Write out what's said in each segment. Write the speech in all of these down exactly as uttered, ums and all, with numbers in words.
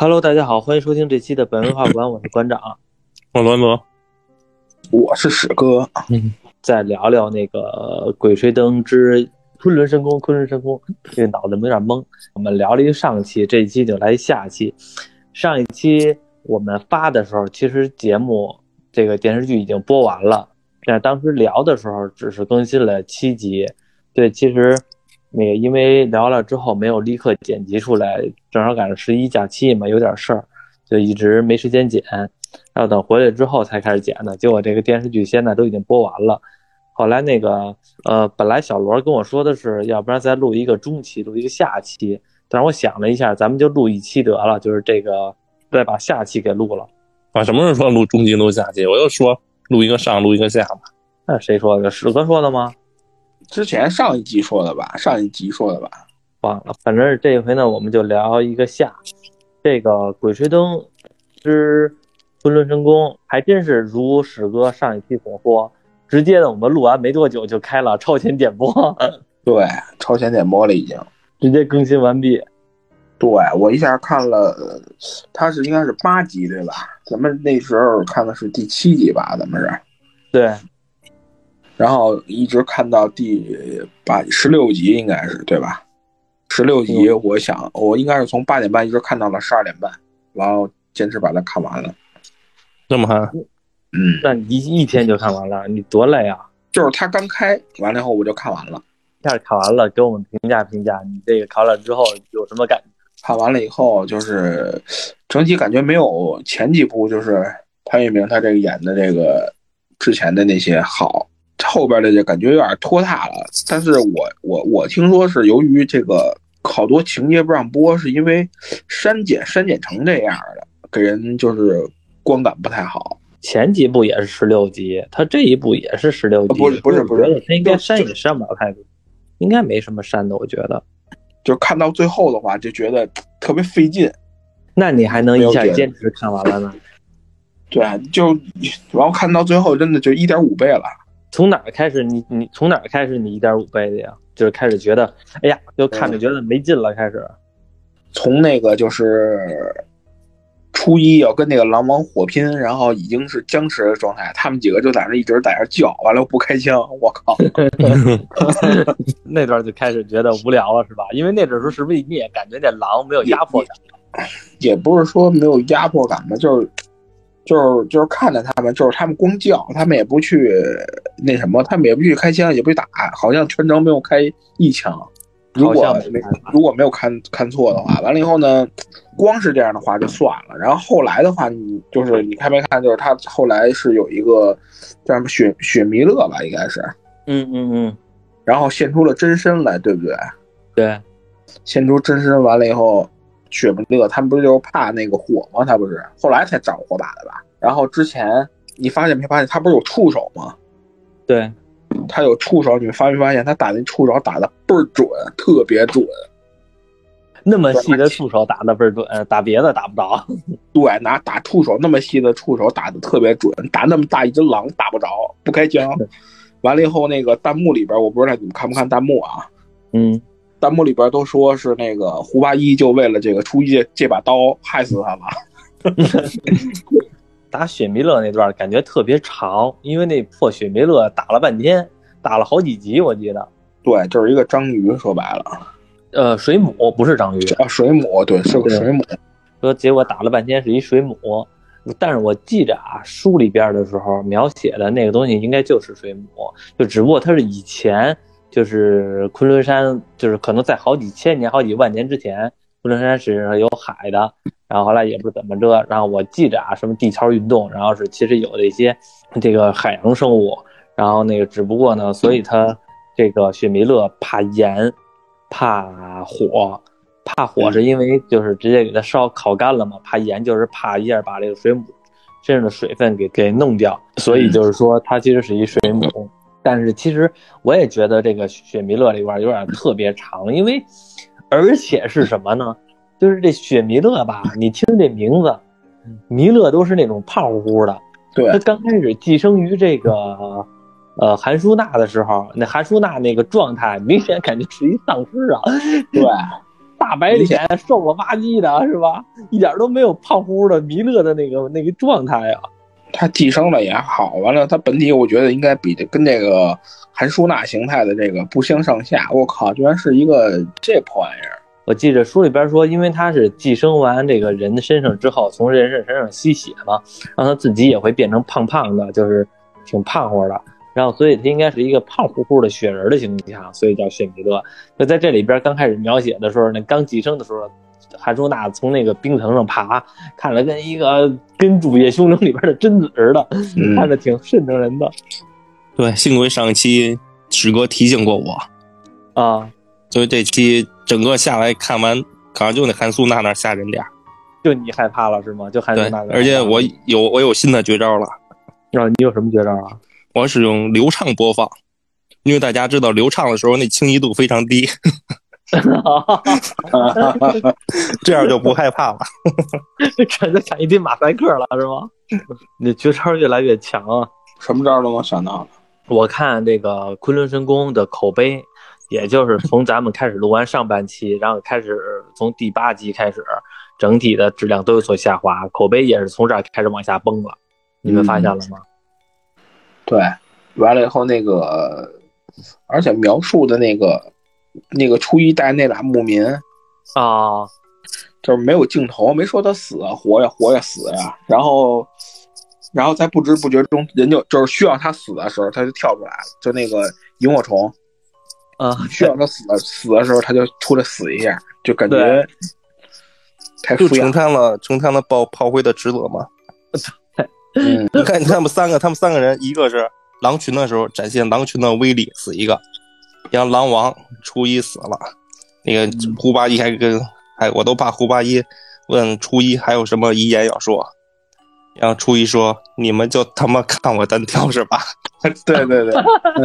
Hello，大家好，欢迎收听这期的本文化馆，我是馆长， 我罗罗， 我是史哥。 嗯，再聊聊那个《鬼吹灯之昆仑神功》。昆仑神功，这个脑子有点懵。我们聊了一个上一期，这一期就来下期。上一期我们发的时候，其实节目这个电视剧已经播完了，但是当时聊的时候只是更新了七集。对，其实那个因为聊了之后没有立刻剪辑出来，正好赶上十一假期嘛，有点事儿，就一直没时间剪，要等回来之后才开始剪的。结果这个电视剧现在都已经播完了。后来那个呃，本来小罗跟我说的是，要不然再录一个中期，录一个下期。但是我想了一下，咱们就录一期得了，就是这个再把下期给录了。 啊，什么时候说录中期录下期？我又说录一个上，录一个下嘛。 那谁说的？史哥说的吗？ 之前上一集说的吧，上一集说的吧， 忘了。反正这回呢，我们就聊一个下。这个《鬼吹灯之昆仑神功》还真是如史哥上一期所说，直接的我们录完没多久就开了超前点播。 对，超前点播了已经， 直接更新完毕。 对，我一下看了，它是应该是八集对吧？咱们那时候看的是第七集吧，咱们是。 对。 然后一直看到第八十六集应该是对吧？十六集我想我应该是从八点半一直看到了十二点半，然后坚持把它看完了。 这么看？ 嗯， 那你一一天就看完了，你多累啊！ 就是它刚开完了以后我就看完了。 一下看完了，给我们评价评价，你这个看了之后有什么感觉？ 看完了以后，就是整体感觉没有前几部就是潘粤明他这个演的这个之前的那些好，后边的就感觉有点拖沓了。但是我我我听说是由于这个好多情节不让播，是因为删减删减成这样的，给人就是观感不太好。 前几部也是十六集，他这一部也是十六集， 不是不是不是， 他应该删也删不了太多，应该没什么删的，我觉得。 就看到最后的话，就觉得特别费劲。 那你还能一下坚持看完了呢？ 对，就然后看到最后，真的就一点五倍了。 从哪儿开始你？你从哪儿开始你一点五倍的呀？就是开始觉得，哎呀，就看着觉得没劲了，开始。 从那个就是初一要跟那个狼王火拼，然后已经是僵持的状态，他们几个就在那一直在那叫，完了不开枪，我靠！ 那段就开始觉得无聊了，是吧？因为那时候是不是你也感觉那狼没有压迫感？ 也不是说没有压迫感吧，就是就是就是看着他们，就是他们光叫，他们也不去那什么，他们也不去开枪，也不去打，好像全程没有开一枪。如果没如果没有看看错的话，完了以后呢，光是这样的话就算了。然后后来的话，你就是你看没看？就是他后来是有一个叫什么雪雪弥勒吧，应该是， 嗯嗯嗯， 然后现出了真身来，对不对？ 对， 现出真身完了以后，雪弥勒他们不是就怕那个火吗？他不是后来才找火把的吧？然后之前你发现没发现他不是有触手吗？ 对。 他有触手，你们发没发现他打那触手打的倍儿准，特别准。 那么细的触手打的倍儿准，打别的打不着。 对，拿打触手那么细的触手打的特别准，打那么大一只狼打不着，不开枪。完了以后，那个弹幕里边，我不知道你们看不看弹幕啊？ 嗯， 弹幕里边都说是那个胡八一就为了这个初一这这把刀害死他了。 打雪弥勒那段感觉特别长，因为那破雪弥勒打了半天，打了好几集，我记得。 对，就是一个章鱼，说白了， 呃，水母不是章鱼啊，水母，对，是个水母。 说结果打了半天是一水母，但是我记着啊，书里边的时候描写的那个东西应该就是水母，就只不过它是以前就是昆仑山，就是可能在好几千年、好几万年之前，昆仑山是有海的。然后后来也不怎么着，然后我记着啊，什么地壳运动，然后是其实有的一些这个海洋生物，然后那个只不过呢，所以它这个雪弥勒怕盐，怕火，怕火是因为就是直接给它烧烤干了嘛，怕盐就是怕一下把这个水母身上的水分给给弄掉，所以就是说它其实是一水母。但是其实我也觉得这个雪弥勒里边有点特别长，因为而且是什么呢？就是这雪弥勒吧，你听这名字，弥勒都是那种胖乎乎的。 对， 他刚开始寄生于这个呃韩舒娜的时候，那韩舒娜那个状态明显感觉是一丧尸啊。 对， 大白脸，瘦了吧唧的，是吧？一点都没有胖乎的弥勒的那个那个状态啊。 他寄生了也好，完了他本体我觉得应该比这跟这个韩舒娜形态的这个不相上下。我靠，居然是一个这破玩意儿！ 我记着书里边说，因为他是寄生完这个人身上之后，从人身上吸血嘛，让他自己也会变成胖胖的，就是挺胖乎的。然后所以他应该是一个胖乎乎的雪人的形象，所以叫雪弥勒。就在这里边刚开始描写的时候，那刚寄生的时候，韩舒娜从那个冰层上爬，看着跟一个跟《主夜凶铃》里边的贞子似的，嗯、看着挺瘆着人的。 对，幸亏上一期师哥提醒过我啊， 所以这期整个下来看完，好像就那韩素娜那吓人点， 就你害怕了是吗？就韩素娜那， 而且我有我有新的绝招了。 啊，你有什么绝招啊？ 我是用流畅播放，因为大家知道流畅的时候那清晰度非常低。这样就不害怕了。 这就像一堆马赛克了是吗？你绝招越来越强啊！ 什么招都能想到了。 我看这个昆仑神宫的口碑，也就是从咱们开始录完上半期，然后开始从第八集开始，整体的质量都有所下滑，口碑也是从这儿开始往下崩了。你们发现了吗？ 嗯、对，完了以后那个，而且描述的那个。那个初一带那俩牧民啊， 就是没有镜头，没说他死啊活呀活呀死呀，然后然后在不知不觉中，人就就是需要他死的时候，他就跳出来了，就那个萤火虫啊， 需要他死的死的时候，他就出来死一下，就感觉太就承担了承担了炮炮灰的职责嘛。嗯，你看他们三个，他们三个人，一个是狼群的时候展现狼群的威力，死一个。让狼王初一死了，那个胡八一还跟还我都怕胡八一问初一还有什么遗言要说，然后初一说你们就他妈看我单挑是吧？ 对对对。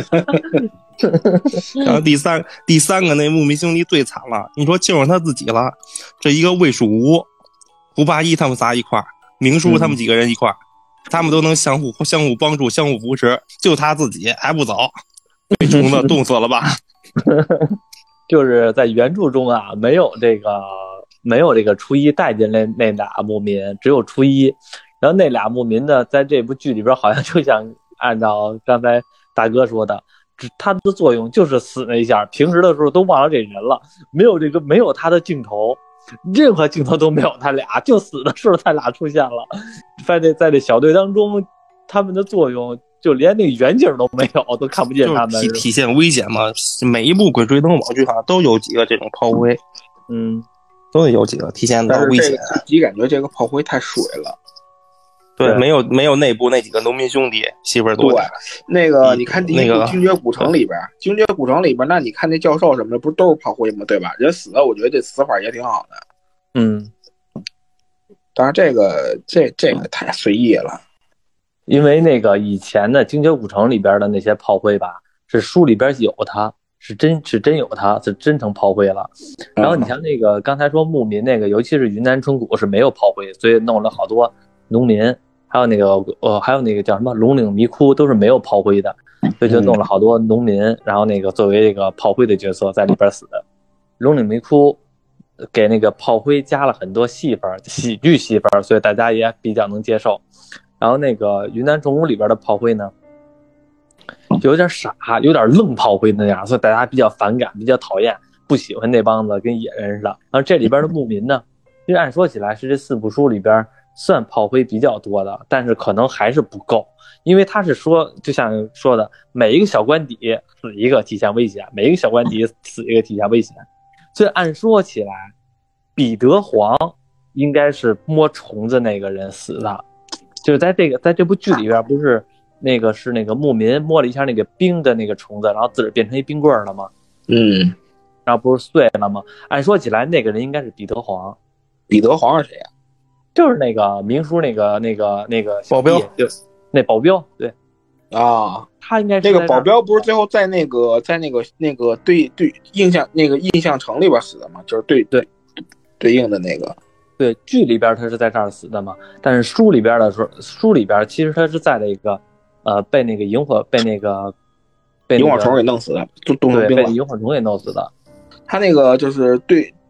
然后第三第三个那牧民兄弟最惨了，你说就是他自己了，这一个魏蜀吴、胡八一他们仨一块儿，明叔他们几个人一块儿、嗯，他们都能相互相互帮助、相互扶持，就他自己还不走。被虫子冻死了吧？ 就是在原著中啊，没有这个没有这个初一带进来那俩牧民，只有初一。然后那俩牧民呢，在这部剧里边好像就像按照刚才大哥说的，他的作用就是死那一下，平时的时候都忘了这人了，没有这个没有他的镜头，任何镜头都没有他俩，就死的时候他俩出现了。在这在这小队当中，他们的作用。就连那个远景都没有，都看不见他们。 体体现危险嘛？每一部鬼吹灯网剧上都有几个这种炮灰， 嗯， 都有几个体现到危险。 自己感觉这个炮灰太水了。 对，没有没有内部那几个农民兄弟戏份多。 对，那个你看第一部《精绝古城》里边，《精绝古城》里边，那你看那教授什么的，不是都是炮灰吗？对吧？人死了，我觉得这死法也挺好的。 嗯， 当然这个这这个太随意了。 因为那个以前的《精绝古城》里边的那些炮灰吧，是书里边有它，是真是真有它，是真成炮灰了。然后你像那个刚才说牧民那个，尤其是云南春谷是没有炮灰，所以弄了好多农民，还有那个呃还有那个叫什么龙岭迷窟都是没有炮灰的，所以就弄了好多农民，然后那个作为这个炮灰的角色在里边死的。龙岭迷窟给那个炮灰加了很多戏份，喜剧戏份，所以大家也比较能接受。然后那个云南虫谷里边的炮灰呢，有点傻，有点愣炮灰那样，所以大家比较反感，比较讨厌，不喜欢那帮子跟野人似的。然后这里边的牧民呢，其实按说起来是这四部书里边算炮灰比较多的，但是可能还是不够，因为他是说，就像说的，每一个小官邸死一个体现危险，每一个小官邸死一个体现危险。所以按说起来，彼得黄应该是摸虫子那个人死的。就是在这个在这部剧里边，不是那个是那个牧民摸了一下那个冰的那个虫子，然后自个儿变成一冰棍了吗？ 嗯， 然后不是碎了吗？按说起来，那个人应该是彼得黄。 彼得黄是谁呀、啊？ 就是那个明叔那个那个那个保镖， 就那保镖，对啊， 他应该是那个保镖不是最后在那个在那个那个对对印象那个印象城里边死的吗？就是对对对应的那个。 对，剧里边他是在这儿死的嘛，但是书里边的时候，书里边其实他是在那个，呃，被那个萤火被那个被、那个、 萤火虫给弄死的，就冻成冰了。 对，被萤火虫给弄死的。 他那个就是对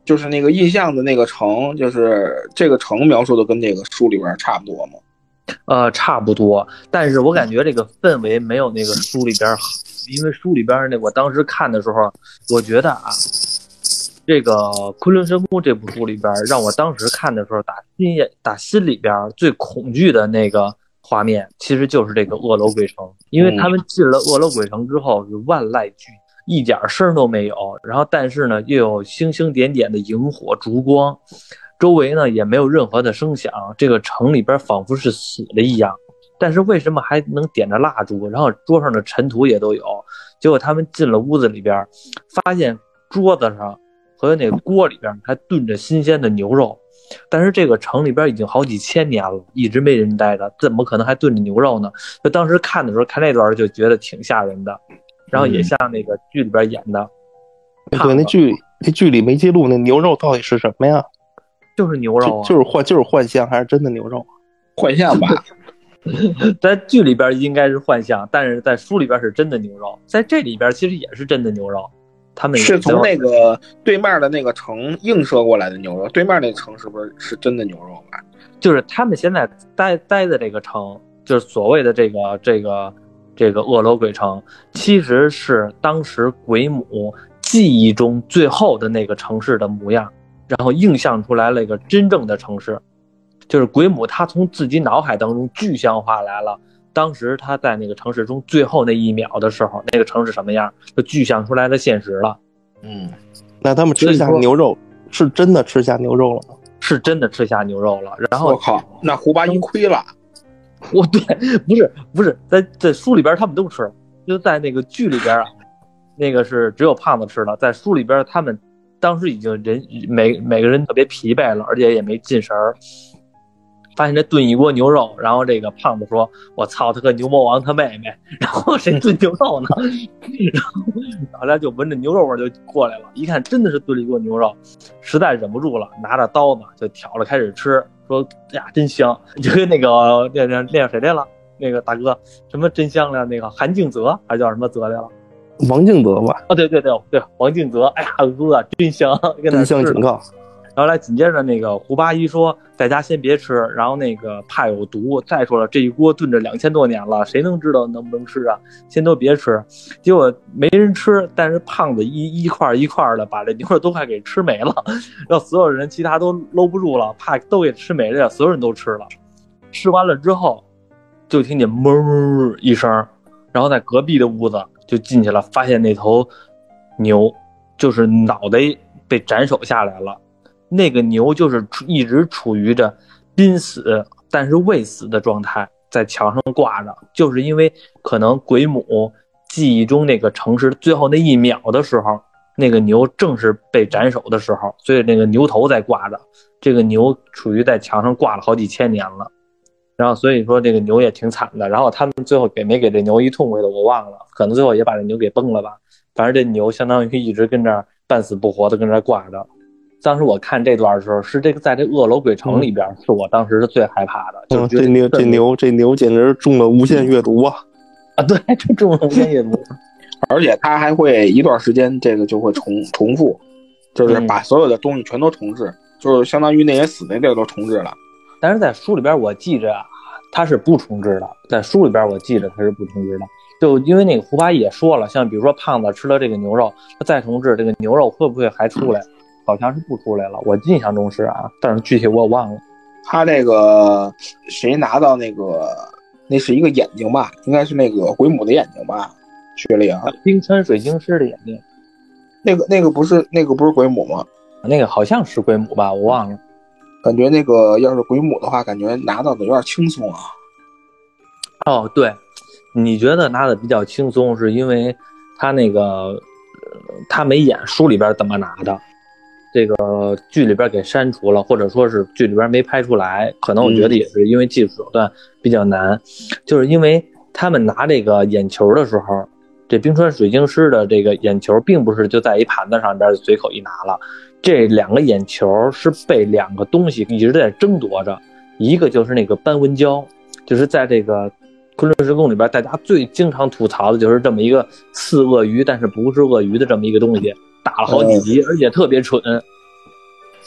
就是那个印象的那个城，就是这个城描述的跟这个书里边差不多吗？ 呃，差不多，但是我感觉这个氛围没有那个书里边好，因为书里边那我当时看的时候，我觉得啊，这个《昆仑神宫》这部书里边，让我当时看的时候，打心眼、打心里边最恐惧的那个画面，其实就是这个恶楼鬼城，因为他们进了恶楼鬼城之后是万籁俱一点声都没有，然后但是呢又有星星点点的萤火烛光。周围呢也没有任何的声响，这个城里边仿佛是死了一样。但是为什么还能点着蜡烛，然后桌上的尘土也都有？结果他们进了屋子里边，发现桌子上和那个锅里边还炖着新鲜的牛肉。但是这个城里边已经好几千年了，一直没人待着，怎么可能还炖着牛肉呢？就当时看的时候，看那段就觉得挺吓人的，然后也像那个剧里边演的。 嗯、对，那剧那剧里没记录那牛肉到底是什么呀？ 就是牛肉啊， 就就是幻就是幻象还是真的牛肉？ 幻象吧， 在剧里边应该是幻象，但是在书里边是真的牛肉。在这里边其实也是真的牛肉，他们是从那个对面的那个城映射过来的牛肉。对面那个城是不是是真的牛肉吧？ 就是他们现在待待的这个城，就是所谓的这个这个这个恶楼鬼城，其实是当时鬼母记忆中最后的那个城市的模样。然后映像出来了一个真正的城市，就是鬼母她从自己脑海当中具象化来了当时她在那个城市中最后那一秒的时候，那个城市什么样，就具象出来的现实了。 嗯， 那他们吃下牛肉是真的吃下牛肉了吗？ 是真的吃下牛肉了。然后我靠，那胡八一亏了。 我对，不是不是，在在书里边他们都吃，就在那个剧里边啊，那个是只有胖子吃了，在书里边他们。当时已经人每每个人特别疲惫了，而且也没进神儿。发现这炖一锅牛肉，然后这个胖子说：“我操他个牛魔王他妹妹！”然后谁炖牛肉呢？然后大家就闻着牛肉味就过来了，一看真的是炖了一锅牛肉，实在忍不住了，拿着刀子就挑了开始吃，说：“呀，真香！”就跟那个那那那谁来了？那个大哥什么真香了？那个韩敬泽还叫什么泽来了？ 王敬泽吧？ 哦，对对对对，王敬泽，哎呀，哥真香，跟他真香警告。 然后来紧接着那个胡八一说，在家先别吃，然后那个怕有毒。再说了，这一锅炖着两千多年了，谁能知道能不能吃啊？先都别吃。结果没人吃，但是胖子一一块一块的把这牛肉都快给吃没了，让所有人其他都搂不住了，怕都给吃没了，所有人都吃了。吃完了之后，就听见哞一声，然后在隔壁的屋子。就进去了，发现那头牛就是脑袋被斩首下来了，那个牛就是一直处于着濒死但是未死的状态，在墙上挂着，就是因为可能鬼母记忆中那个城市最后那一秒的时候，那个牛正是被斩首的时候，所以那个牛头在挂着，这个牛处于在墙上挂了好几千年了。然后所以说这个牛也挺惨的，然后他们最后给没给这牛一痛快的我忘了，可能最后也把这牛给崩了吧。反正这牛相当于一直跟这儿半死不活的跟这儿挂着。当时我看这段的时候，是这个在这恶楼鬼城里边，是我当时是最害怕的。 嗯，这牛这牛这牛简直中了无限阅读啊！ 啊，对，这中了无限阅读， 而且它还会一段时间这个就会重重复，就是把所有的东西全都重置，就是相当于那些死那地儿都重置了。 但是在书里边我记着啊，它是不重置的，在书里边我记着它是不重置的。就因为那个胡八一也说了，像比如说胖子吃了这个牛肉，他再重置这个牛肉会不会还出来？好像是不出来了，我印象中是啊，但是具体我忘了。 他那个谁拿到那个，那是一个眼睛吧，应该是那个鬼母的眼睛吧，学里啊， 冰川水晶师的眼睛， 那个那个不是那个不是鬼母吗？ 那个好像是鬼母吧，我忘了。 感觉那个要是鬼母的话，感觉拿到的有点轻松啊。 哦，对，你觉得拿的比较轻松，是因为他那个他没演书里边怎么拿的，这个剧里边给删除了，或者说是剧里边没拍出来，可能我觉得也是因为技术手段比较难，嗯、就是因为他们拿这个眼球的时候，这冰川水晶师的这个眼球并不是就在一盘子上边随口一拿了，这两个眼球是被两个东西一直在争夺着，一个就是那个斑纹胶，就是在这个昆仑神宫里边大家最经常吐槽的就是这么一个似鳄鱼但是不是鳄鱼的这么一个东西，打了好几集，而且特别蠢。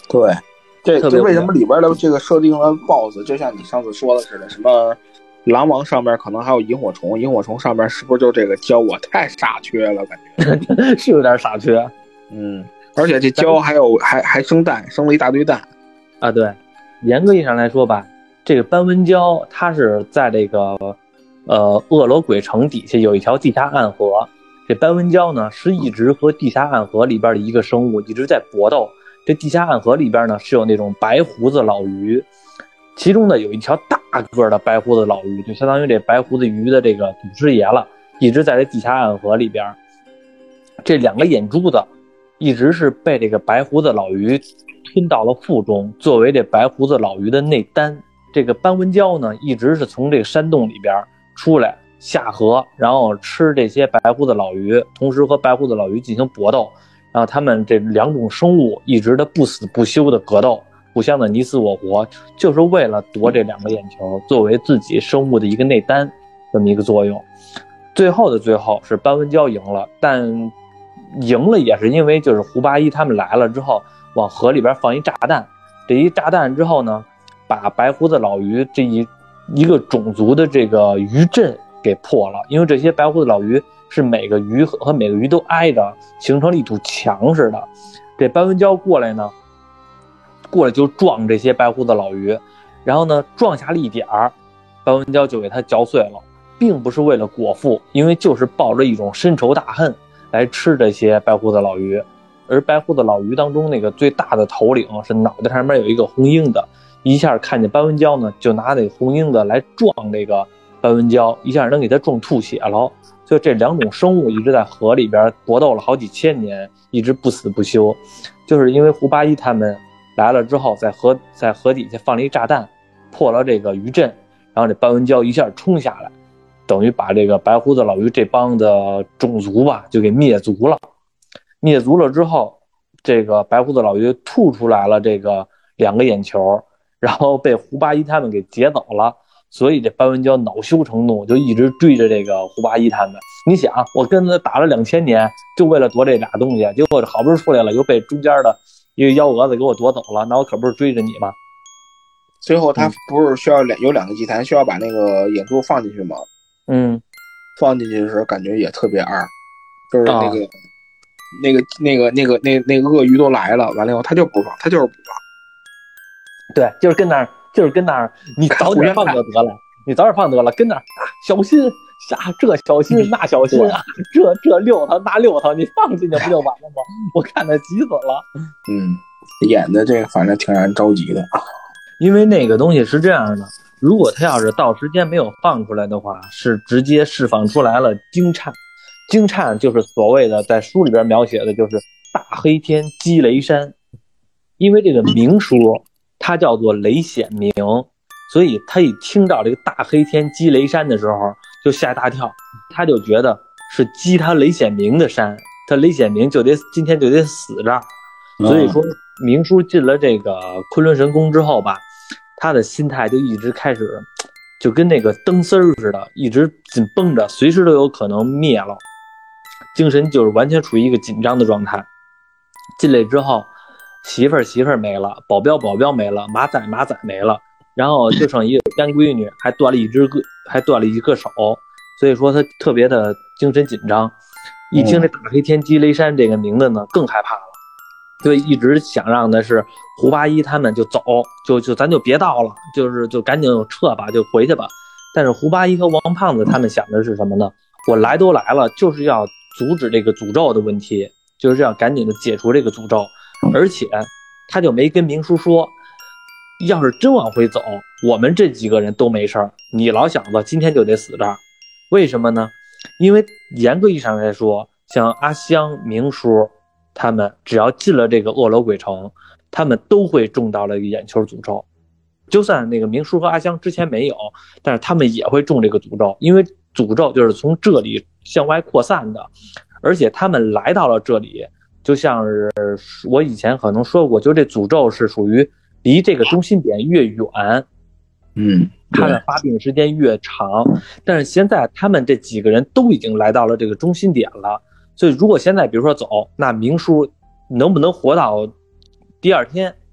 对，这这为什么里边的这个设定的 B O S S 就像你上次说的似的，什么狼王上面可能还有萤火虫，萤火虫上面是不是就这个胶？我太傻缺了，感觉是有点傻缺。 嗯，而且这胶还有还还生蛋，生了一大堆蛋啊。对，严格意义上来说吧，这个斑纹胶它是在这个呃恶罗鬼城底下有一条地下暗河。这斑纹胶呢是一直和地下暗河里边的一个生物一直在搏斗。这地下暗河里边呢是有那种白胡子老鱼，其中呢有一条大个的白胡子老鱼，就相当于这白胡子鱼的这个祖师爷了，一直在这地下暗河里边。这两个眼珠子一直是被这个白胡子老鱼吞到了腹中，作为这白胡子老鱼的内丹。这个斑纹胶呢一直是从这个山洞里边出来下河，然后吃这些白胡子老鱼，同时和白胡子老鱼进行搏斗，然后他们这两种生物一直的不死不休的格斗，互相的你死我活，就是为了夺这两个眼球，作为自己生物的一个内丹这么一个作用。最后的最后是斑纹胶赢了，但赢了也是因为就是胡八一他们来了之后往河里边放一炸弹，这一炸弹之后呢，把白胡子老鱼这一一个种族的这个鱼阵给破了，因为这些白胡子老鱼是每个鱼和每个鱼都挨着，形成了一堵墙似的。这斑纹胶过来呢，过来就撞这些白胡子老鱼，然后呢撞下了一点儿，斑纹胶就给它嚼碎了，并不是为了果腹，因为就是抱着一种深仇大恨来吃这些白胡子老鱼。而白胡子老鱼当中那个最大的头领是脑袋上面有一个红缨子，一下看见斑纹胶呢，就拿那个红缨子来撞这个斑纹胶，一下能给它撞吐血了。所以这两种生物一直在河里边搏斗了好几千年，一直不死不休。就是因为胡八一他们来了之后，在河在河底下放了一炸弹，破了这个鱼阵，然后这斑纹胶一下冲下来，等于把这个白胡子老鱼这帮的种族吧就给灭族了。灭族了之后，这个白胡子老鱼吐出来了这个两个眼球，然后被胡八一他们给劫走了。所以这斑纹胶恼羞成怒，就一直追着这个胡八一他们。你想，我跟他打了两千年，就为了夺这俩东西，结果好不容易出来了，又被中间的一个幺蛾子给我夺走了，那我可不是追着你吗？ 最后他不是需要两有两个祭坛，需要把那个眼珠放进去吗？ 嗯， 放进去的时候感觉也特别二，就是那个、哦、那个那个那个那那个鳄鱼都来了，完了以后他就不放，他就是不放。 对，就是跟那儿。就是跟那儿，你早点放就得了，你早点放得了，跟那儿啊，小心啊，这小心那小心啊，这这溜他那溜他，你放进去不就完了吗？我看他急死了。 嗯，演的这个反正挺让人着急的。 因为那个东西是这样的，如果他要是到时间没有放出来的话，是直接释放出来了惊颤。惊颤就是所谓的在书里边描写的，就是大黑天击雷山，因为这个明书。它叫做雷显明，所以他一听到这个大黑天击雷山的时候就吓大跳，他就觉得是击他雷显明的山，他雷显明就得今天就得死这儿。所以说明叔进了这个昆仑神宫之后吧，他的心态就一直开始就跟那个灯丝儿似的，一直紧绷着，随时都有可能灭了，精神就是完全处于一个紧张的状态。进来之后媳妇儿媳妇儿没了，保镖保镖没了，马仔马仔没了，然后就剩一个干闺女，还断了一只个，还断了一个手，所以说他特别的精神紧张。一听这大黑天击雷山这个名字呢，更害怕了，所以一直想让的是胡八一他们就走，就就咱就别到了，就是就赶紧撤吧，就回去吧。但是胡八一和王胖子他们想的是什么呢？我来都来了，就是要阻止这个诅咒的问题，就是要赶紧的解除这个诅咒。而且他就没跟明叔说，要是真往回走，我们这几个人都没事儿，你老小子今天就得死这儿。为什么呢？因为严格意义上来说，像阿香、明叔他们只要进了这个恶罗鬼城，他们都会中到了一个眼球诅咒。就算那个明叔和阿香之前没有，但是他们也会中这个诅咒，因为诅咒就是从这里向外扩散的。而且他们来到了这里，就像是我以前可能说过，就这诅咒是属于离这个中心点越远， 嗯， 它的发病时间越长。但是现在他们这几个人都已经来到了这个中心点了，所以如果现在比如说走，那明叔能不能活到第二天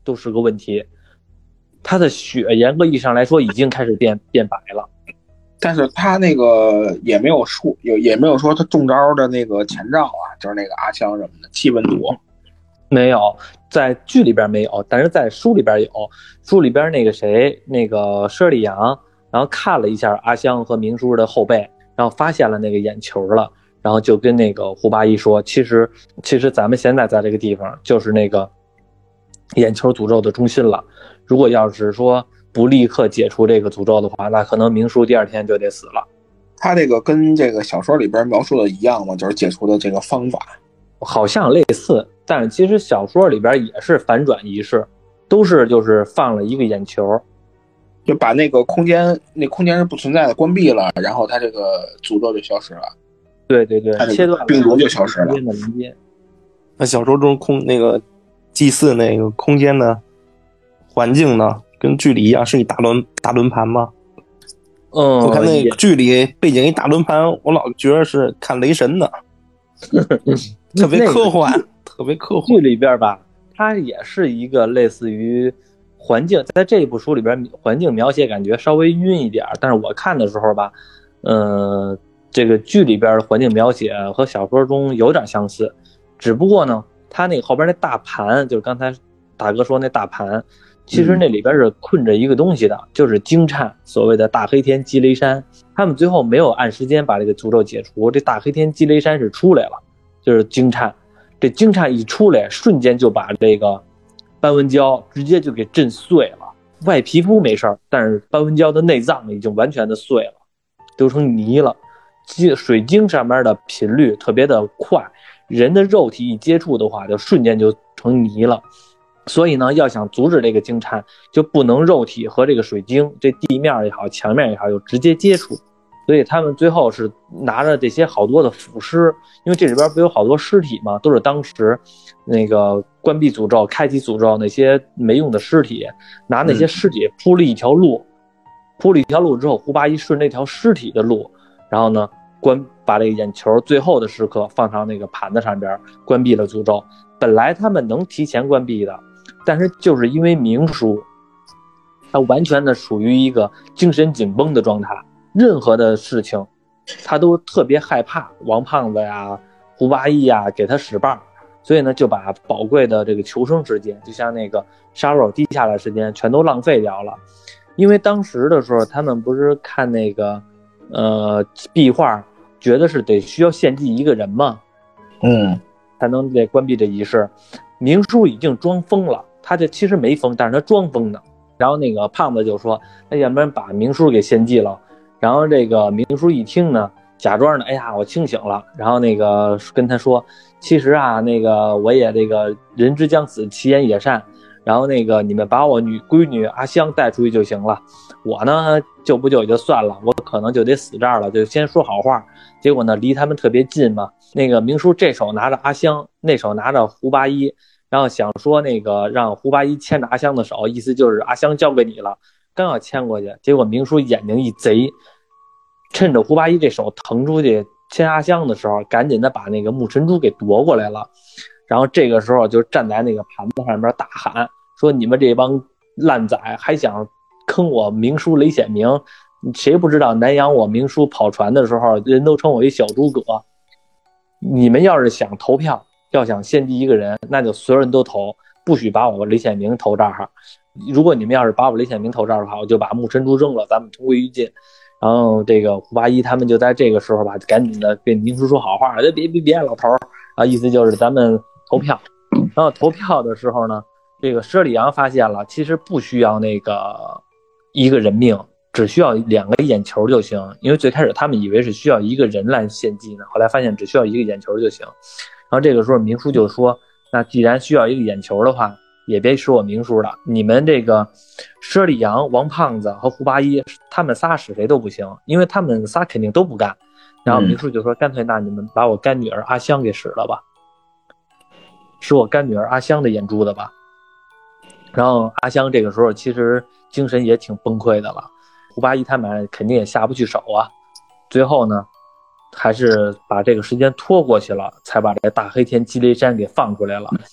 都是个问题。他的血严格意义上来说已经开始变变白了， 但是他那个也没有说，有也没有说他中招的那个前兆啊，就是那个阿香什么的气温毒， 没有，在剧里边没有，但是在书里边有。书里边那个谁，那个佘丽阳，然后看了一下阿香和明叔的后背，然后发现了那个眼球了，然后就跟那个胡八一说，其实其实咱们现在在这个地方就是那个眼球诅咒的中心了。如果要是说不立刻解除这个诅咒的话，那可能明叔第二天就得死了。 他这个跟这个小说里边描述的一样吗？就是解除的这个方法， 好像类似，但是其实小说里边也是反转仪式，都是就是放了一个眼球， 就把那个空间，那空间是不存在的关闭了，然后他这个诅咒就消失了。 对对对，切断病毒就消失了。 那小说中空那个祭祀那个空间的环境呢，跟剧里一样是一大轮大轮盘吗？ 嗯， 我看那剧里背景一大轮盘，我老觉得是看雷神的，特别科幻，那个、特别科幻。 剧里边吧，它也是一个类似于环境，在这一部书里边，环境描写感觉稍微晕一点，但是我看的时候吧，嗯、呃，这个剧里边的环境描写和小说中有点相似，只不过呢，它那个后边那大盘，就是刚才大哥说那大盘。其实那里边是困着一个东西的，嗯、就是金蝉，所谓的大黑天积雷山。他们最后没有按时间把这个诅咒解除，这大黑天积雷山是出来了，就是金蝉。这金蝉一出来，瞬间就把这个斑纹胶直接就给震碎了。外皮肤没事儿，但是斑纹胶的内脏已经完全的碎了，都成泥了。水晶上面的频率特别的快，人的肉体一接触的话，就瞬间就成泥了。所以呢，要想阻止这个金蝉，就不能肉体和这个水晶，这地面也好，墙面也好，有直接接触。所以他们最后是拿着这些好多的腐尸，因为这里边不有好多尸体嘛，都是当时那个关闭诅咒、开启诅咒那些没用的尸体，拿那些尸体铺了一条路，嗯、铺了一条路之后，胡八一顺那条尸体的路，然后呢，关把这个眼球最后的时刻放上那个盘子上边，关闭了诅咒。本来他们能提前关闭的。但是就是因为明叔他完全的属于一个精神紧绷的状态，任何的事情他都特别害怕王胖子呀、胡八一呀给他使绊，所以呢就把宝贵的这个求生时间，就像那个沙漏滴下来的时间全都浪费掉了。因为当时的时候他们不是看那个呃壁画，觉得是得需要献祭一个人嘛， 嗯， 才能得关闭这仪式。明叔已经装疯了，他这其实没疯，但是他装疯呢。然后那个胖子就说：“那要不然把明叔给献祭了。”然后这个明叔一听呢，假装的，哎呀，我清醒了。然后那个跟他说：“其实啊，那个我也这个人之将死，其言也善。然后那个你们把我女闺女阿香带出去就行了，我呢救不救也就算了，我可能就得死这儿了，就先说好话。”结果呢，离他们特别近嘛。那个明叔这手拿着阿香，那手拿着胡八一，然后想说那个让胡八一牵着阿香的手，意思就是阿香交给你了。刚要牵过去，结果明叔眼睛一贼，趁着胡八一这手腾出去牵阿香的时候，赶紧的把那个木尘珠给夺过来了。然后这个时候就站在那个盘子上面大喊说：“你们这帮烂仔还想坑我明叔雷显明！谁不知道南阳我明叔跑船的时候，人都称我一小诸葛。你们要是想投票，要想献祭一个人，那就所有人都投，不许把我雷显明投这儿。如果你们要是把我雷显明投这儿的话，我就把木尘珠扔了，咱们同归于尽。”然后这个胡八一他们就在这个时候吧，赶紧的跟明叔说好话，别别别别，老头儿啊，意思就是咱们投票。然后投票的时候呢，这个佘里阳发现了，其实不需要那个一个人命，只需要两个眼球就行。因为最开始他们以为是需要一个人来献祭呢，后来发现只需要一个眼球就行。然后这个时候明叔就说，那既然需要一个眼球的话，也别说我明叔了，你们这个佘里阳、王胖子和胡八一，他们仨使谁都不行，因为他们仨肯定都不干。然后明叔就说，干脆那你们把我干女儿阿香给使了吧，使我干女儿阿香的眼珠子吧。然后阿香这个时候其实精神也挺崩溃的了，胡八一他们肯定也下不去手啊。最后呢，还是把这个时间拖过去了，才把这大黑天积雷山给放出来了。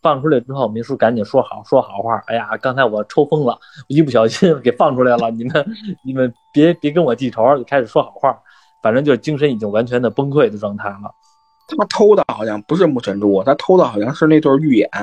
放出来之后，明叔赶紧说好说好话。哎呀，刚才我抽风了，我一不小心给放出来了，你们你们别别跟我记仇，就开始说好话。反正就是精神已经完全的崩溃的状态了。 他偷的好像不是木尘珠，他偷的好像是那对玉眼。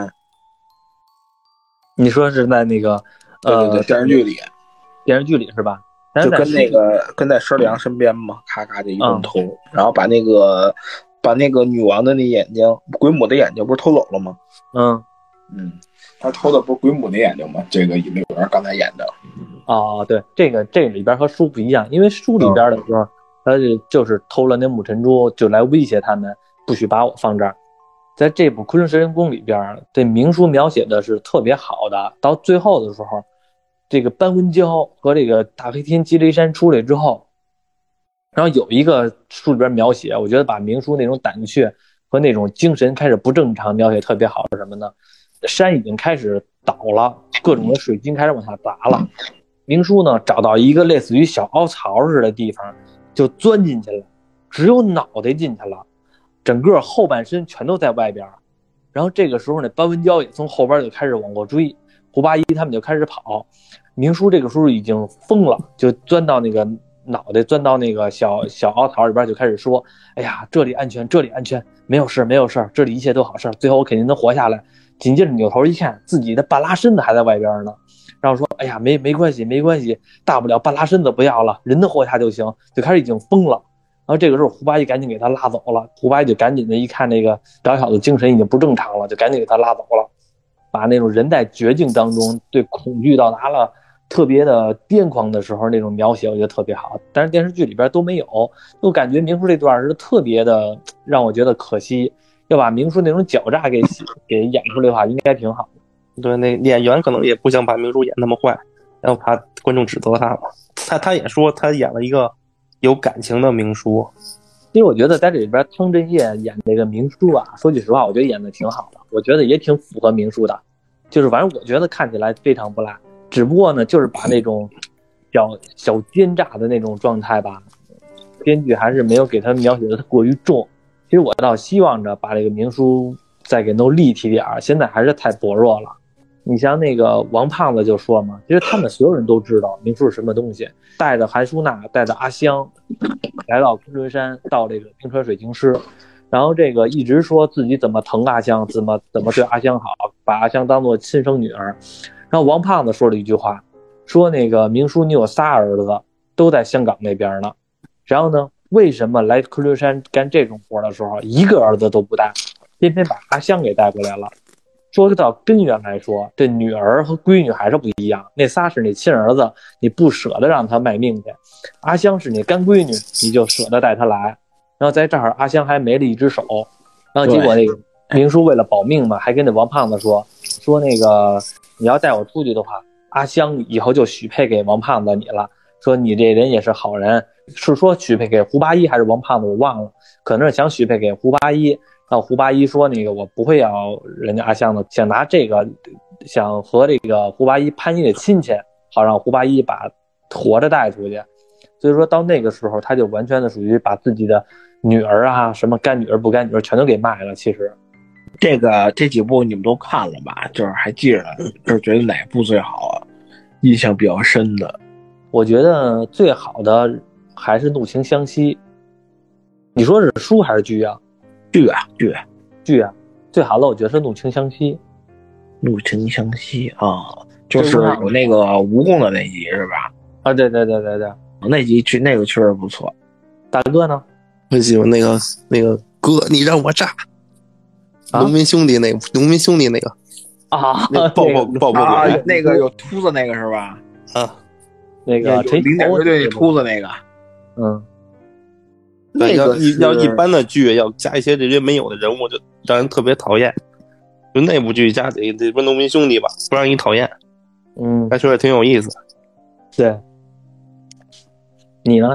你说是在那个呃对对对电视剧里， 电视剧里是吧？ 就跟那个跟在佘良身边嘛，咔咔的一顿偷，嗯、然后把那个把那个女王的那眼睛，鬼母的眼睛不是偷走了吗？ 嗯嗯，他偷的不是鬼母的眼睛吗？这个里边刚才演的。 哦，对，这个这个里边和书不一样，因为书里边的时候，嗯、他就是偷了那木尘珠，就来威胁他们，不许把我放这儿。在这部《昆仑神人宫》里边，对明书描写的是特别好的。到最后的时候，这个班文娇和这个大黑天积雷山出来之后，然后有一个书里边描写，我觉得把明书那种胆怯和那种精神开始不正常描写特别好是什么呢？山已经开始倒了，各种的水晶开始往下砸了。明书呢找到一个类似于小凹槽似的地方，就钻进去了，只有脑袋进去了，整个后半身全都在外边。然后这个时候呢，班文娇也从后边就开始往过追，胡八一他们就开始跑。明书这个时候已经疯了，就钻到那个脑袋，钻到那个小小凹槽里边，就开始说：“哎呀，这里安全，这里安全，没有事，没有事，这里一切都好事，最后我肯定能活下来。”紧接着扭头一看，自己的半拉身子还在外边呢，然后说：“哎呀，没没关系，没关系，大不了半拉身子不要了，人能活下就行。”就开始已经疯了。然后这个时候，胡八一赶紧给他拉走了。胡八一就赶紧的一看，那个小小的精神已经不正常了，就赶紧给他拉走了，把那种人在绝境当中对恐惧到达了特别的癫狂的时候那种描写，我觉得特别好。但是电视剧里边都没有，就感觉明书这段是特别的让我觉得可惜。要把明书那种狡诈给给演出来的话，应该挺好的。 对，那演员可能也不想把明书演那么坏，然后怕观众指责他嘛。他他也说他演了一个有感情的明书。 其实我觉得在这里边，汤镇业演这个明书啊，说句实话，我觉得演的挺好的，我觉得也挺符合明书的。就是反正我觉得看起来非常不赖，只不过呢，就是把那种小小奸诈的那种状态吧，编剧还是没有给他描写的过于重。其实我倒希望着把这个明书再给弄立体点，现在还是太薄弱了。你像那个王胖子就说嘛，其实他们所有人都知道明书是什么东西，带着韩淑娜，带着阿香来到昆仑山，到这个冰川水晶师，然后这个一直说自己怎么疼阿香，怎么怎么对阿香好，把阿香当做亲生女儿。然后王胖子说了一句话，说那个明书你有仨儿子都在香港那边呢，然后呢为什么来昆仑山干这种活的时候一个儿子都不带，偏偏把阿香给带过来了。说到根源来说，这女儿和闺女还是不一样，那仨是你亲儿子，你不舍得让他卖命去，阿香是你干闺女，你就舍得带她来。然后在这儿阿香还没了一只手，然后结果那个明书为了保命嘛，还跟那王胖子说说那个你要带我出去的话，阿香以后就许配给王胖子你了，说你这人也是好人，是说许配给胡八一还是王胖子我忘了，可能是想许配给胡八一。然后胡八一说那个我不会要人家阿香的，想拿这个想和这个胡八一攀一个亲戚，好让胡八一把活着带出去。所以说到那个时候他就完全的属于把自己的女儿啊什么干女儿不干女儿全都给卖了。其实这个这几部你们都看了吧，就是还记着，就是觉得哪部最好啊，印象比较深的。 我觉得最好的还是怒晴湘西。你说是书还是剧啊？ 剧啊剧啊剧啊，最好的我觉得是怒晴湘西。 怒晴湘西啊，就是有那个蜈蚣的那集是吧？ 啊，对对对对对， 那集去那个确实不错。 大哥呢？ 我喜欢那个那个哥，你让我炸。农民兄弟那个，农民兄弟那个啊， 那爆爆爆爆啊，那个有秃子那个是吧？ 啊， 那个零点乐队秃子那个， 嗯。 对，要一要一般的剧要加一些这些没有的人物，就让人特别讨厌。就那部剧加这这不农民兄弟吧，不让你讨厌。 嗯， 还说也挺有意思。 对，你呢？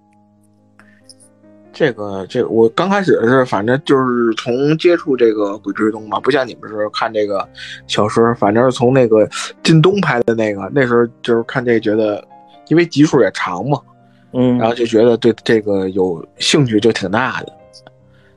这个这个，我刚开始是反正就是从接触这个《鬼吹灯》嘛，不像你们是看这个小说，反正是从那个靳东拍的那个，那时候就是看这个觉得，因为集数也长嘛。 嗯， 然后就觉得对这个有兴趣就挺大的，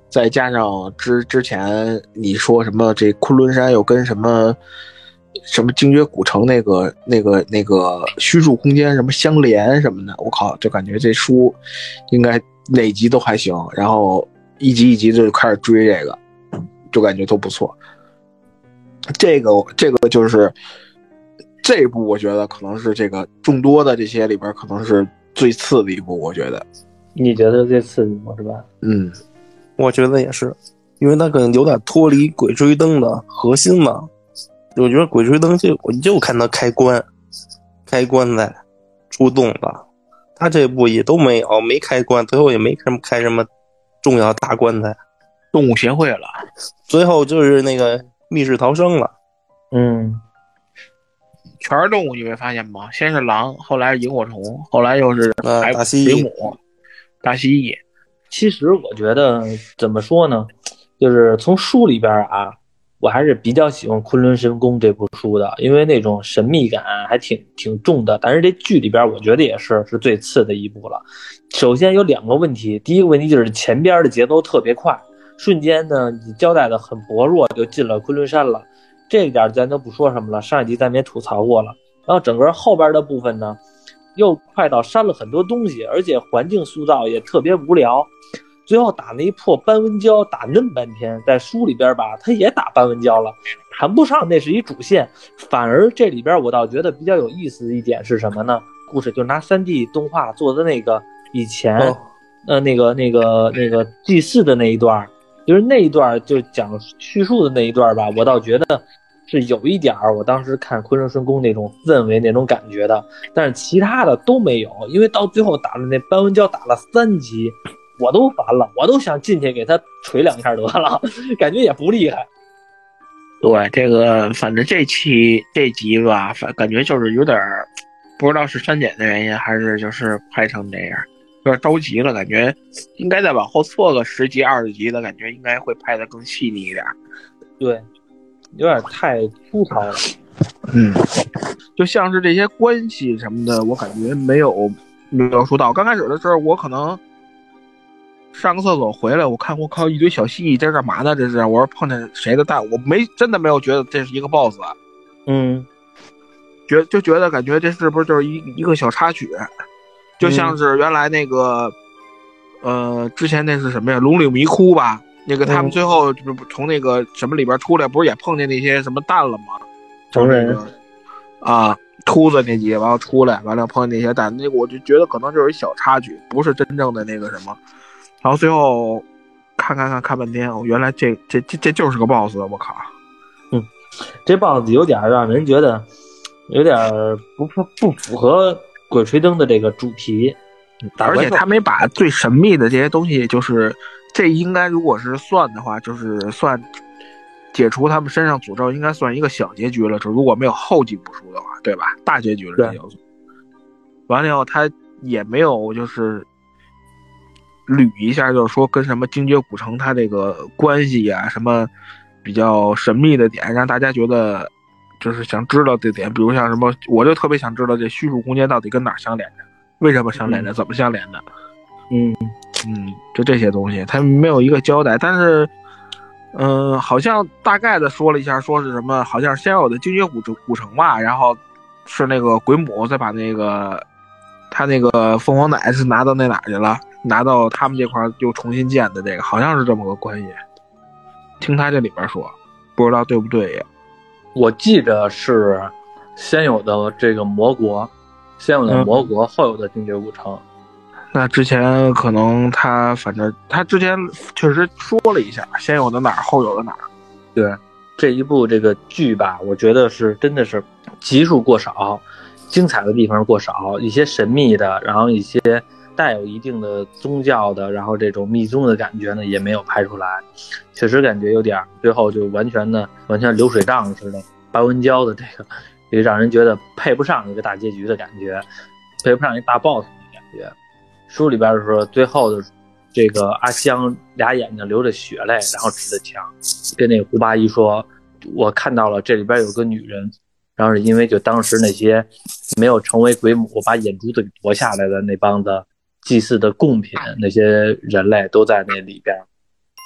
再加上之之前你说什么这昆仑山又跟什么什么精绝古城那个那个那个虚数空间什么相连什么的，我靠，就感觉这书应该哪集都还行，然后一集一集就开始追这个，就感觉都不错。这个这个就是这一部，我觉得可能是这个众多的这些里边可能是最次的一部，我觉得。 你觉得最次的一部是吧？ 嗯， 我觉得也是，因为它可能有点脱离《鬼吹灯》的核心嘛。我觉得《鬼吹灯》就我就看它开关，开关在出动了，它这部也都没有，没开关，最后也没什么开什么重要大关在。 动物协会了， 最后就是那个密室逃生了。 嗯， 全是动物，你没发现吗？先是狼，后来是萤火虫，后来又是呃大蜥蜴、 水母、大蜥蜴。 其实我觉得怎么说呢，就是从书里边啊，我还是比较喜欢《昆仑神宫》这部书的，因为那种神秘感还挺挺重的。但是这剧里边，我觉得也是是最次的一部了。首先有两个问题，第一个问题就是前边的节奏特别快，瞬间呢你交代的很薄弱，就进了昆仑山了。这一点咱都不说什么了，上一集咱们也吐槽过了。然后整个后边的部分呢，又快到删了很多东西，而且环境塑造也特别无聊。最后打那一破斑纹胶打嫩半天，在书里边吧，他也打斑纹胶了，谈不上那是一主线。反而这里边我倒觉得比较有意思的一点是什么呢？故事就拿 三 D 动画做的那个以前、哦、呃那个那个那个祭祀的那一段，就是那一段就讲叙述的那一段吧，我倒觉得是有一点我当时看昆仑神宫那种氛围那种感觉的，但是其他的都没有，因为到最后打了那斑纹胶打了三集。我都烦了，我都想进去给他捶两下得了，感觉也不厉害。 对，这个反正这期这集吧，反感觉就是有点不知道是删减的原因，还是就是拍成这样，有点着急了，感觉应该再往后错个十集、二十集的感觉，应该会拍得更细腻一点。 对，有点太粗糙了。 嗯，就像是这些关系什么的，我感觉没有描述到。刚开始的时候，我可能。上个厕所回来，我看我靠一堆小蜥蜴在干嘛呢？这是我说碰见谁的蛋？我没真的没有觉得这是一个 boss 啊。 嗯， 觉就觉得感觉这是不是就是一一个小插曲？就像是原来那个，嗯、呃，之前那是什么呀？龙岭迷窟吧？那个他们最后就是从那个什么里边出来，不是也碰见那些什么蛋了吗？ 成人啊，秃子那集完了出来，完了碰见那些蛋，那个我就觉得可能就是一小插曲，不是真正的那个什么。然后最后看看看看半天，哦，原来这这这这就是个 boss， 我靠！ 嗯，这 boss 有点让人觉得有点不不符合鬼吹灯的这个主题， 而且他没把最神秘的这些东西，就是这应该如果是算的话，就是算解除他们身上诅咒，应该算一个小结局了。就如果没有后几部书的话，对吧？大结局了这要素。完了以后，他也没有就是。捋一下，就是说跟什么精绝古城它这个关系呀、啊，什么比较神秘的点，让大家觉得就是想知道这点。比如像什么，我就特别想知道这虚数空间到底跟哪儿相连着，为什么相连着，嗯、怎么相连的？ 嗯嗯，就这些东西，他没有一个交代。但是，嗯、呃，好像大概的说了一下，说是什么，好像先有的精绝古古城吧，然后是那个鬼母再把那个他那个凤凰奶是拿到那哪儿去了。拿到他们这块又重新建的这个，好像是这么个关系。听他这里边说，不知道对不对呀？ 我记得是先有的这个魔国，先有的魔国，嗯、后有的精绝古城。 那之前可能他反正他之前确实说了一下，先有的哪儿，后有的哪儿。 对，这一部这个剧吧，我觉得是真的是集数过少，精彩的地方过少，一些神秘的，然后一些。带有一定的宗教的，然后这种密宗的感觉呢，也没有拍出来，确实感觉有点最后就完全的完全流水账似的，白文娇的这个，也让人觉得配不上一个大结局的感觉，配不上一大 boss 的感觉。书里边的时候，最后的这个阿香俩眼睛流着血泪，然后指着墙，跟那个胡八一说：“我看到了这里边有个女人。”然后是因为就当时那些没有成为鬼母把眼珠子给夺下来的那帮子。祭祀的贡品，那些人类都在那里边，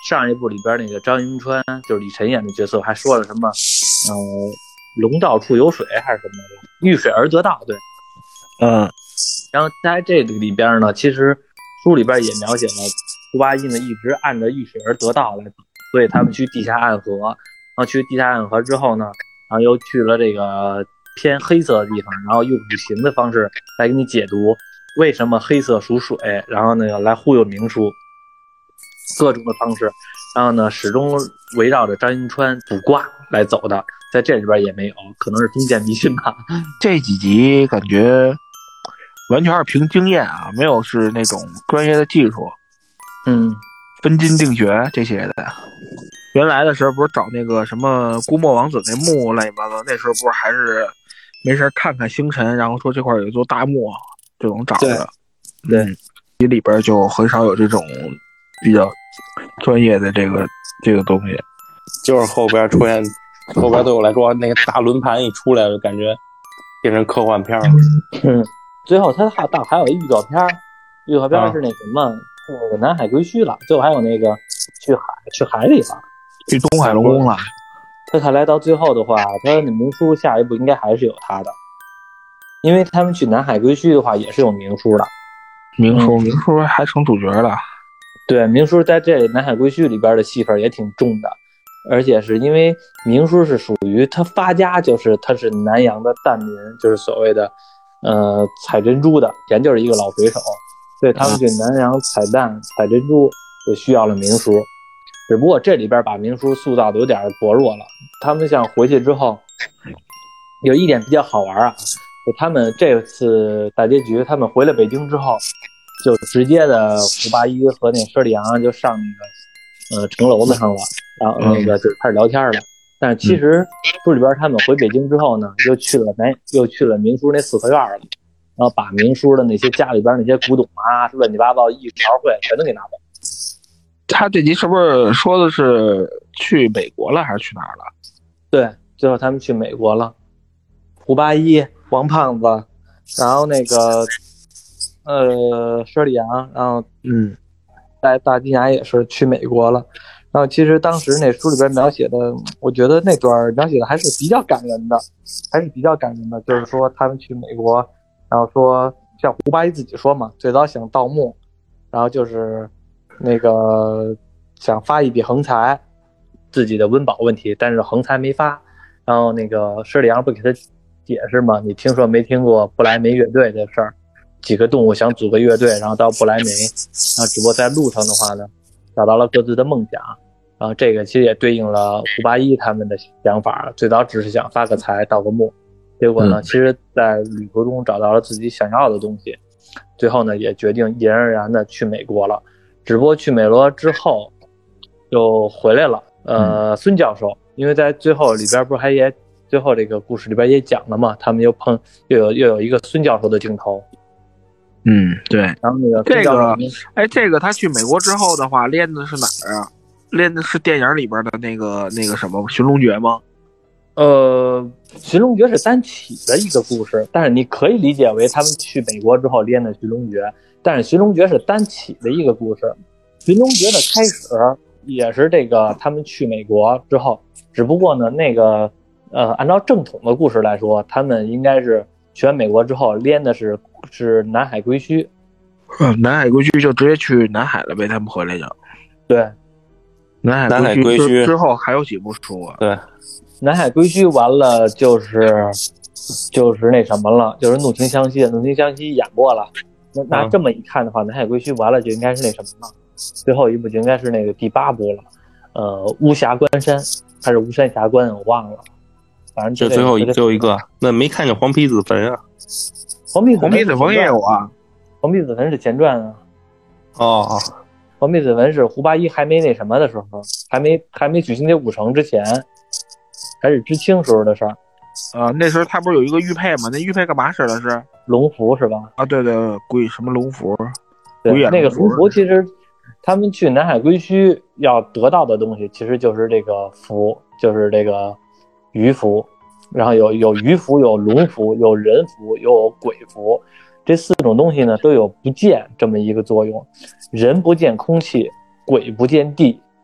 上一部里边那个张云川就是李晨演的角色还说了什么呃龙道处有水还是什么的，遇水而得道，对。 嗯， 然后在这个里边呢，其实书里边也描写了胡八一呢一直按着遇水而得道来走，所以他们去地下暗河，然后去地下暗河之后呢，然后又去了这个偏黑色的地方，然后用五行的方式来给你解读为什么黑色属水，然后呢来忽悠明叔，各种的方式，然后呢始终围绕着张云川卜卦来走的，在这里边也没有，可能是封建迷信吧。 这几集感觉完全是凭经验啊，没有是那种专业的技术， 嗯， 分金定穴这些的。原来的时候不是找那个什么姑墨王子那墓乱七八糟，那时候不是还是没事看看星辰，然后说这块有一座大墓这种找的。 对， 对，里边就很少有这种比较专业的这个这个东西， 就是后边出现，后边对我来说那个大轮盘一出来，就感觉变成科幻片了。 嗯，最后他还还有一预告片，预告片是那什么，那个南海归墟了，最后还有那个去海去海里了， 去东海龙宫了。 他看来到最后的话，他的明叔下一步应该还是有他的，因为他们去南海归墟的话也是有明叔的。 明叔，明叔还成主角了。 对，明叔在这南海归墟里边的戏份也挺重的，而且是因为明叔是属于他发家就是他是南洋的蛋民，就是所谓的呃采珍珠的，研就是一个老水手，所以他们去南洋采蛋采珍珠也需要了明叔，只不过这里边把明叔塑造的有点薄弱了。他们想回去之后有一点比较好玩啊，就他们这次大结局他们回了北京之后，就直接的胡八一和那佘丽阳就上那个呃城楼子上了，然后那个就开始聊天了。但是其实书里边他们回北京之后呢，又去了南又去了明叔那四合院了，然后把明叔的那些家里边那些古董啊乱七八糟艺术条绘全都给拿走。 他这集是不是说的是去美国了还是去哪儿了？ 对，最后他们去美国了，胡八一、王胖子，然后那个呃佘丽阳，然后嗯， 大大金牙也是去美国了。然后其实当时那书里边描写的，我觉得那段描写的还是比较感人的，还是比较感人的。就是说他们去美国，然后说像胡八一自己说嘛，最早想盗墓，然后就是那个想发一笔横财，自己的温饱问题，但是横财没发。然后那个佘丽阳不给他解释嘛，你听说没听过不来梅乐队的事儿？几个动物想组个乐队，然后到不来梅，然后只不过在路上的话呢，找到了各自的梦想。然后这个其实也对应了胡八一他们的想法，最早只是想发个财盗个墓，结果呢，嗯、其实在旅途中找到了自己想要的东西，最后呢也决定毅然而然的去美国了。只不过去美国之后就回来了。呃，嗯、孙教授，因为在最后里边不是还也最后这个故事里边也讲了嘛，他们又碰又有又有一个孙教授的镜头。 嗯，对。 然后那个这个，哎，这个他去美国之后的话，练的是哪儿啊？练的是电影里边的那个那个什么寻龙诀吗？ 呃，寻龙诀是单起的一个故事，但是你可以理解为他们去美国之后练的寻龙诀，但是寻龙诀是单起的一个故事。寻龙诀的开始也是这个他们去美国之后，只不过呢，那个呃，按照正统的故事来说，他们应该是去完美国之后练的是是南海归墟。 嗯，南海归墟就直接去南海了呗，他们回来就。 对。 南海归墟之后还有几部书啊？ 对， 南海归墟完了就是就是那什么了，就是怒晴湘西，怒晴湘西演过了。那那这么一看的话，南海归墟完了就应该是那什么了，最后一部就应该是那个第八部了，呃，巫峡关山还是巫山峡关，我忘了。反正就最后一最后一个，那没看见黄皮子坟啊？ 黄皮黄皮子坟也有啊， 黄皮子坟是前传啊。 哦。 黄皮子坟是胡八一还没那什么的时候，还没还没举行这五城之前，还是知青时候的事儿。 啊、呃，那时候他不是有一个玉佩吗？那玉佩干嘛使的是？ 龙符是吧？ 啊，对对，鬼什么龙符？ 对，那个龙符其实他们去南海归墟要得到的东西，其实就是这个符，就是这个鱼符，然后有有鱼符，有龙符，有人符，有鬼符。这四种东西呢都有不见这么一个作用，人不见空气，鬼不见地，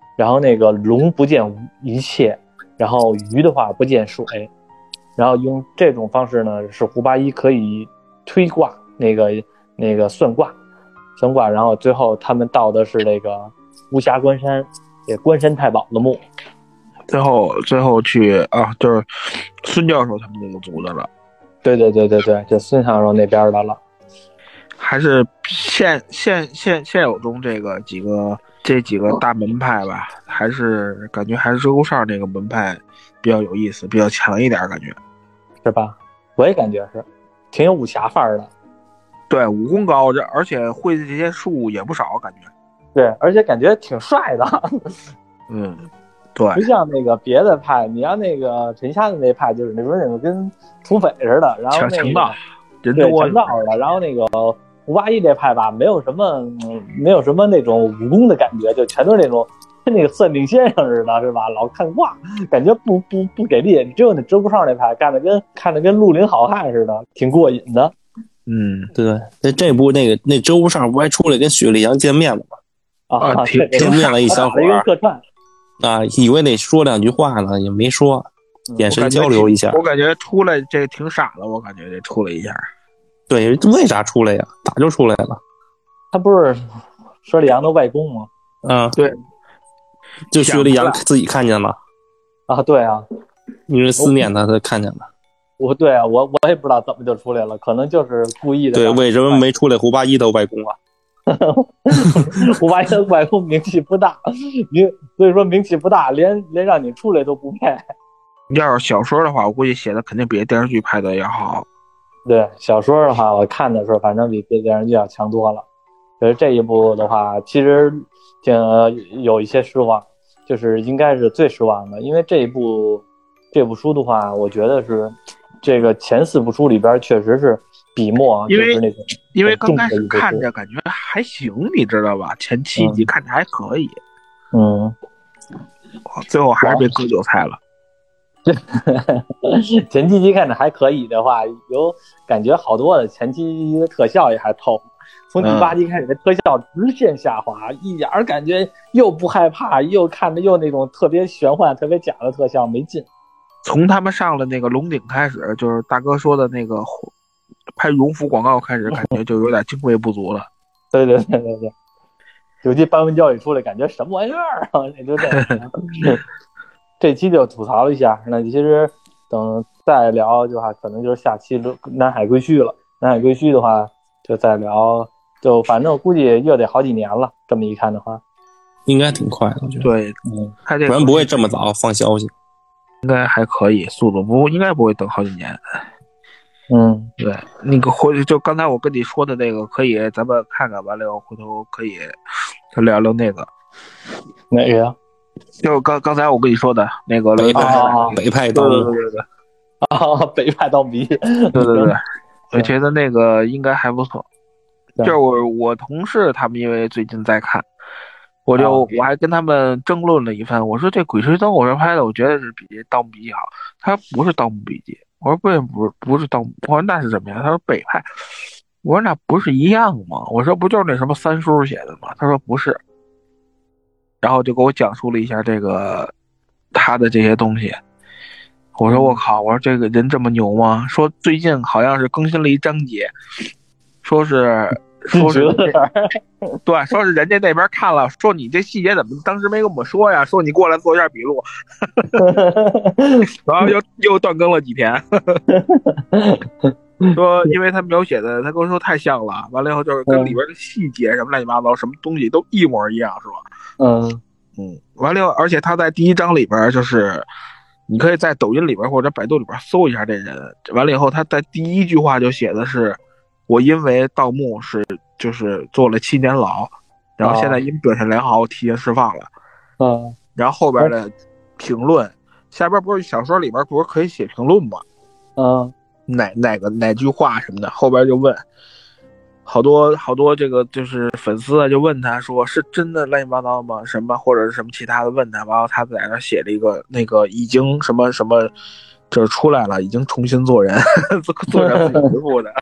然后那个龙不见一切，然后鱼的话不见水，然后用这种方式呢，是胡八一可以推卦那个那个算卦算卦，然后最后他们到的是那个巫峡关山，也关山太保的墓， 最后最后去啊，就是孙教授他们那个族的了。 对对对对对，就孙教授那边的了。 还是现现现现有中这个几个这几个大门派吧，还是感觉还是鹧鸪哨那个门派比较有意思，比较强一点，感觉是吧？我也感觉是，挺有武侠范儿的。 对，武功高，这而且会的这些术也不少，感觉。 对，而且感觉挺帅的。 嗯，对， 不像那个别的派，你要那个陈瞎的那派，就是那种那种跟土匪似的，然后那个强盗人对多强盗的，然后那个胡八一这派吧，没有什么、嗯、没有什么那种武功的感觉，就全都是那种跟那个算命先生似的，是吧？老看卦，感觉不不不给力。只有那鹧鸪哨那派干的跟看着跟绿林好汉似的，挺过瘾的。 嗯， 对，那这部那个那鹧鸪哨不还出来跟许丽阳见面了吗？ 啊， 挺见面了一小伙儿，一个客串啊，以为得说两句话呢，也没说，眼神交流一下。 我感觉出来这挺傻的，我感觉这出来一下。 对，为啥出来呀？咋就出来了？ 他不是佘丽阳的外公吗？ 啊， 对， 就佘丽阳自己看见了。 啊，对啊， 因为思念他，他看见了。 我对啊，我我也不知道怎么就出来了，可能就是故意的。 对，为什么没出来胡八一的外公啊？ 胡八一的外公名气不大，名所以说名气不大，连连让你出来都不配。 要是小说的话，我估计写的肯定比电视剧拍的要好。 对，小说的话，我看的时候反正比电视剧要强多了。可是这一部的话，其实挺有一些失望，就是应该是最失望的，因为这一部这部书的话，我觉得是这个前四部书里边确实是笔墨，就是那种因为刚开始看着感觉还行，你知道吧？前七集看着还可以， 嗯， 最后还是被割韭菜了。 前七集看着还可以的话，有感觉好多的前七集的特效也还透，从第八集开始的特效直线下滑，嗯、一点感觉又不害怕，又看着又那种特别玄幻、特别假的特效没劲。 从他们上了那个龙顶开始，就是大哥说的那个拍荣服广告开始，感觉就有点经费不足了。 对对对对对，尤其班文教育出来，感觉什么玩意儿啊？也就这样。这期就吐槽了一下，那其实等再聊的话，可能就是下期南海归墟了。南海归墟的话，就再聊，就反正估计又得好几年了。这么一看的话， 应该挺快的，我觉得。 对， 嗯， 不然不会这么早放消息。 应该还可以，速度不应该不会等好几年。 嗯， 对，那个回就刚才我跟你说的那个，可以咱们看看完了，回头可以再聊聊那个。 哪个呀？ 就刚刚才我跟你说的那个北派、 啊、 北派盗墓， 对对对对啊，北派盗墓，对对对对，我觉得那个应该还不错。就是我我同事他们因为最近在看，我就、啊、我还跟他们争论了一番。我说这《鬼吹灯》我说拍的，我觉得是比《盗墓笔记》好。他说不是《盗墓笔记》，我说为什么不是不是盗墓？我说那是什么呀？他说北派。我说那不是一样吗？我说不就是那什么三叔写的吗？他说不是。然后就给我讲述了一下这个他的这些东西。我说我靠，我说这个人这么牛吗？说最近好像是更新了一章节，说是说是对，说是人家那边看了，说你这细节怎么当时没跟我们说呀？说你过来做一下笔录，然后又又断更了几天。说因为他描写的，他跟我说太像了，完了以后就是跟里边的细节什么乱七八糟，什么东西都一模一样，是吧？ 嗯嗯，完了，而且他在第一章里边，就是你可以在抖音里边或者百度里边搜一下这人。完了以后，他在第一句话就写的是：“我因为盗墓是就是坐了七年牢，然后现在因表现良好，我提前释放了。” 嗯， 然后后边的评论，下边不是小说里边不是可以写评论吗？ 嗯， 哪哪个哪句话什么的，后边就问。好多好多这个就是粉丝啊，就问他说是真的乱七八糟吗？什么或者是什么其他的问他，然后他在那写了一个那个已经什么什么，就是出来了，已经重新做人，做人自己回复的。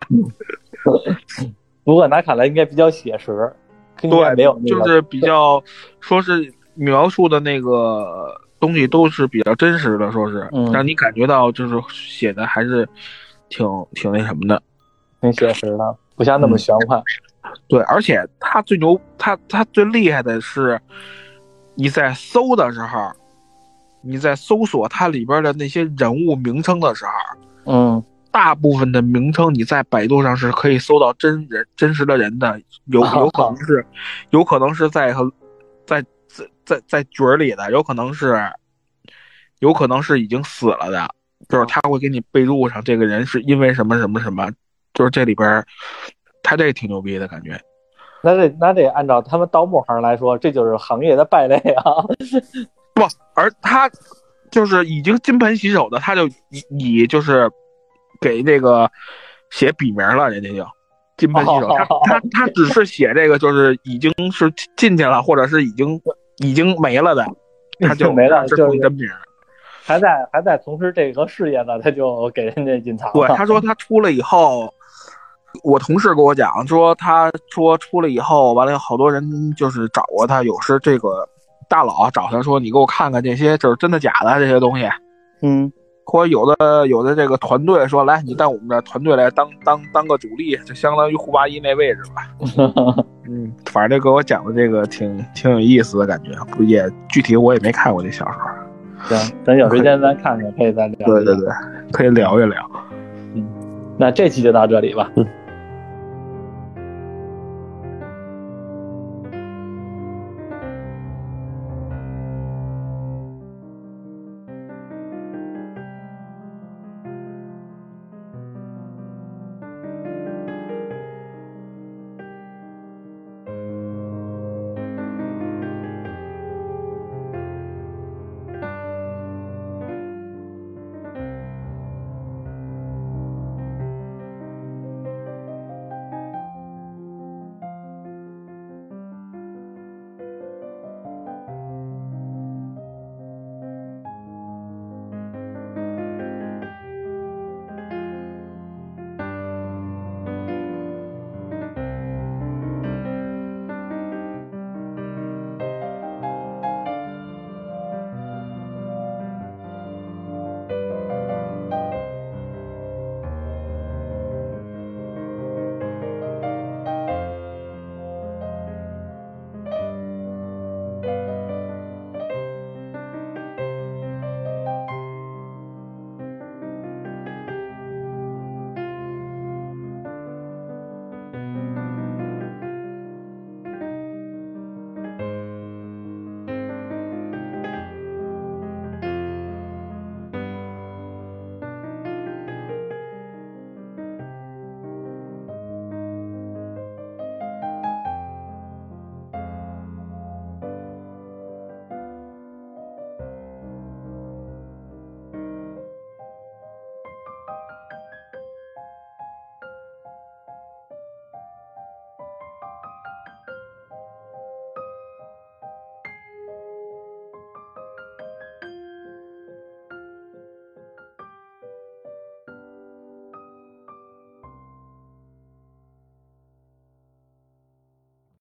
不过那看来应该比较写实， 对，没有就是比较说是描述的那个东西都是比较真实的，说是、嗯、让你感觉到就是写的还是挺挺那什么的， 挺写实的，不像那么玄幻。 嗯、对，而且他最牛，他他最厉害的是，你在搜的时候，你在搜索它里边的那些人物名称的时候， 嗯， 大部分的名称你在百度上是可以搜到真人真实的人的，有有可能是，有可能是在在在在在局里的，有可能是，有可能是已经死了的，就是他会给你备注上这个人是因为什么什么什么，就是这里边，他这挺牛逼的感觉。 那这那这按照他们盗墓行来说，这就是行业的败类啊。 不，而他就是已经金盆洗手的，他就以以就是给这个写笔名了，人家就金盆洗手。他他他只是写这个，就是已经是进去了，或者是已经已经没了的，他就没了， 就是真名。 还在还在从事这个事业呢，他就给人家隐藏了。 对，他说他出了以后。我同事跟我讲说，他说出了以后，完了有好多人就是找过他，有时这个大佬找他说，你给我看看这些就是真的假的这些东西， 嗯， 或者有的有的这个团队说，来你到我们这团队来当当当个主力，就相当于胡八一那位置吧。嗯，反正这跟我讲的这个挺挺有意思的感觉，不也具体我也没看过这小说。 行，等有时间咱看看，可以再聊。 对对对，可以聊一聊。 嗯，那这期就到这里吧。 嗯。